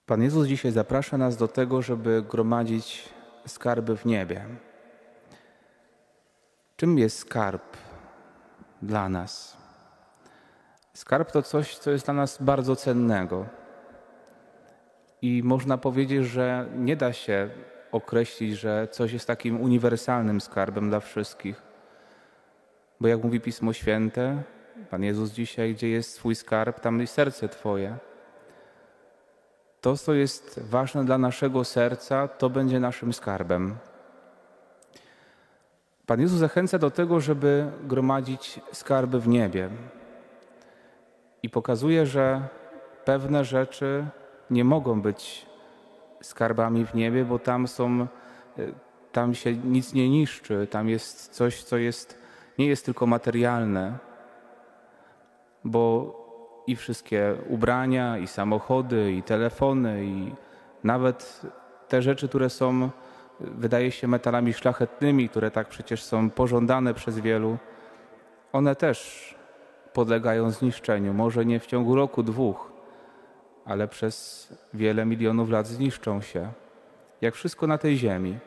Pan Jezus dzisiaj zaprasza nas do tego, żeby gromadzić skarby w niebie. Czym jest skarb dla nas? Skarb to coś, co jest dla nas bardzo cennego. I można powiedzieć, że nie da się określić, że coś jest takim uniwersalnym skarbem dla wszystkich. Bo jak mówi Pismo Święte, Pan Jezus dzisiaj, gdzie jest Twój skarb, tam jest serce Twoje. To, co jest ważne dla naszego serca, to będzie naszym skarbem. Pan Jezus zachęca do tego, żeby gromadzić skarby w niebie. I pokazuje, że pewne rzeczy nie mogą być skarbami w niebie, bo tam się nic nie niszczy, tam jest coś, co nie jest tylko materialne, bo i wszystkie ubrania, i samochody, i telefony, i nawet te rzeczy, które są, wydaje się, metalami szlachetnymi, które tak przecież są pożądane przez wielu, one też podlegają zniszczeniu. Może nie w ciągu roku, dwóch, ale przez wiele milionów lat zniszczą się, jak wszystko na tej ziemi.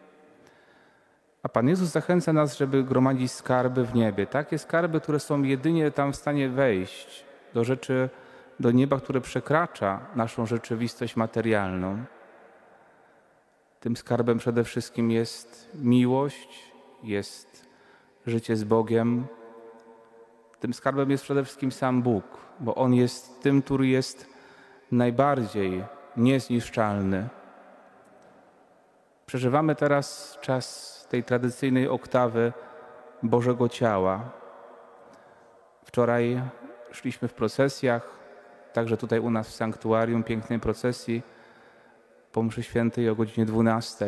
A Pan Jezus zachęca nas, żeby gromadzić skarby w niebie. Takie skarby, które są jedynie tam w stanie wejść do rzeczy, do nieba, które przekracza naszą rzeczywistość materialną. Tym skarbem przede wszystkim jest miłość, jest życie z Bogiem. Tym skarbem jest przede wszystkim sam Bóg, bo On jest tym, który jest najbardziej niezniszczalny. Przeżywamy teraz czas tej tradycyjnej oktawy Bożego Ciała. Wczoraj szliśmy w procesjach, także tutaj u nas w sanktuarium, pięknej procesji po mszy świętej o godzinie 12.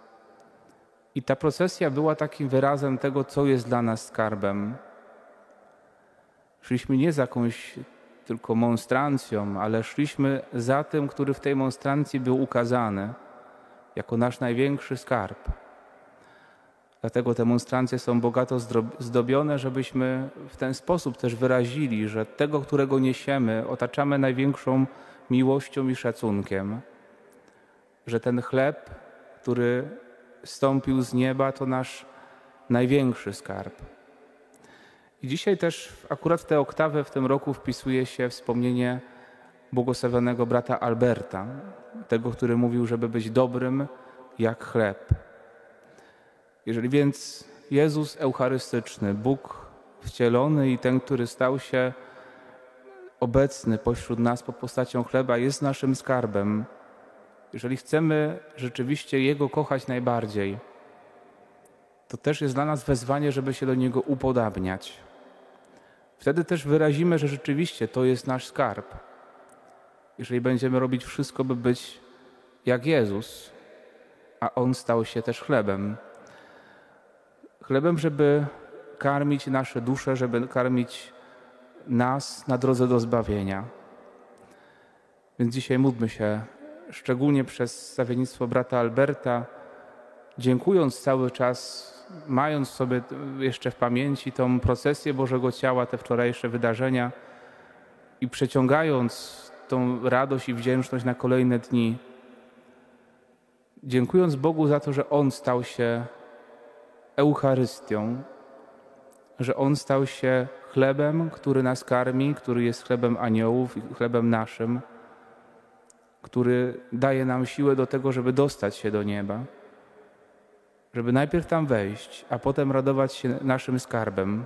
I ta procesja była takim wyrazem tego, co jest dla nas skarbem. Szliśmy nie za jakąś tylko monstrancją, ale szliśmy za tym, który w tej monstrancji był ukazany jako nasz największy skarb. Dlatego te monstrancje są bogato zdobione, żebyśmy w ten sposób też wyrazili, że tego, którego niesiemy, otaczamy największą miłością i szacunkiem. Że ten chleb, który zstąpił z nieba, to nasz największy skarb. I dzisiaj też akurat w tę oktawę w tym roku wpisuje się wspomnienie błogosławionego brata Alberta, tego, który mówił, żeby być dobrym jak chleb. Jeżeli więc Jezus eucharystyczny, Bóg wcielony i ten, który stał się obecny pośród nas pod postacią chleba, jest naszym skarbem, jeżeli chcemy rzeczywiście Jego kochać najbardziej, to też jest dla nas wezwanie, żeby się do Niego upodabniać. Wtedy też wyrazimy, że rzeczywiście to jest nasz skarb. Jeżeli będziemy robić wszystko, by być jak Jezus, a On stał się też chlebem. Chlebem, żeby karmić nasze dusze, żeby karmić nas na drodze do zbawienia. Więc dzisiaj módlmy się, szczególnie przez wstawiennictwo brata Alberta, dziękując cały czas, mając sobie jeszcze w pamięci tą procesję Bożego Ciała, te wczorajsze wydarzenia i przeciągając tą radość i wdzięczność na kolejne dni, dziękując Bogu za to, że On stał się Eucharystią, że On stał się chlebem, który nas karmi, który jest chlebem aniołów i chlebem naszym, który daje nam siłę do tego, żeby dostać się do nieba, żeby najpierw tam wejść, a potem radować się naszym skarbem.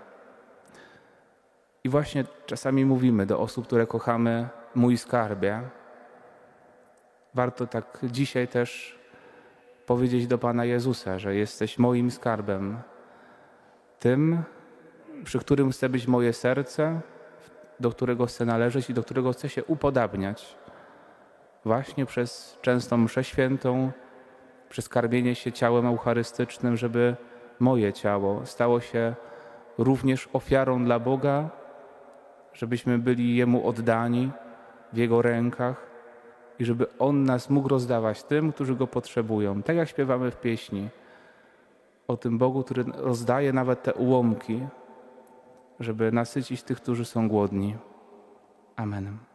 I właśnie czasami mówimy do osób, które kochamy, mój skarbie. Warto tak dzisiaj też powiedzieć do Pana Jezusa, że jesteś moim skarbem, tym, przy którym chce być moje serce, do którego chcę należeć i do którego chcę się upodabniać. Właśnie przez częstą mszę świętą, przez karmienie się ciałem eucharystycznym, żeby moje ciało stało się również ofiarą dla Boga, żebyśmy byli Jemu oddani w Jego rękach i żeby On nas mógł rozdawać tym, którzy Go potrzebują. Tak jak śpiewamy w pieśni o tym Bogu, który rozdaje nawet te ułomki, żeby nasycić tych, którzy są głodni. Amen.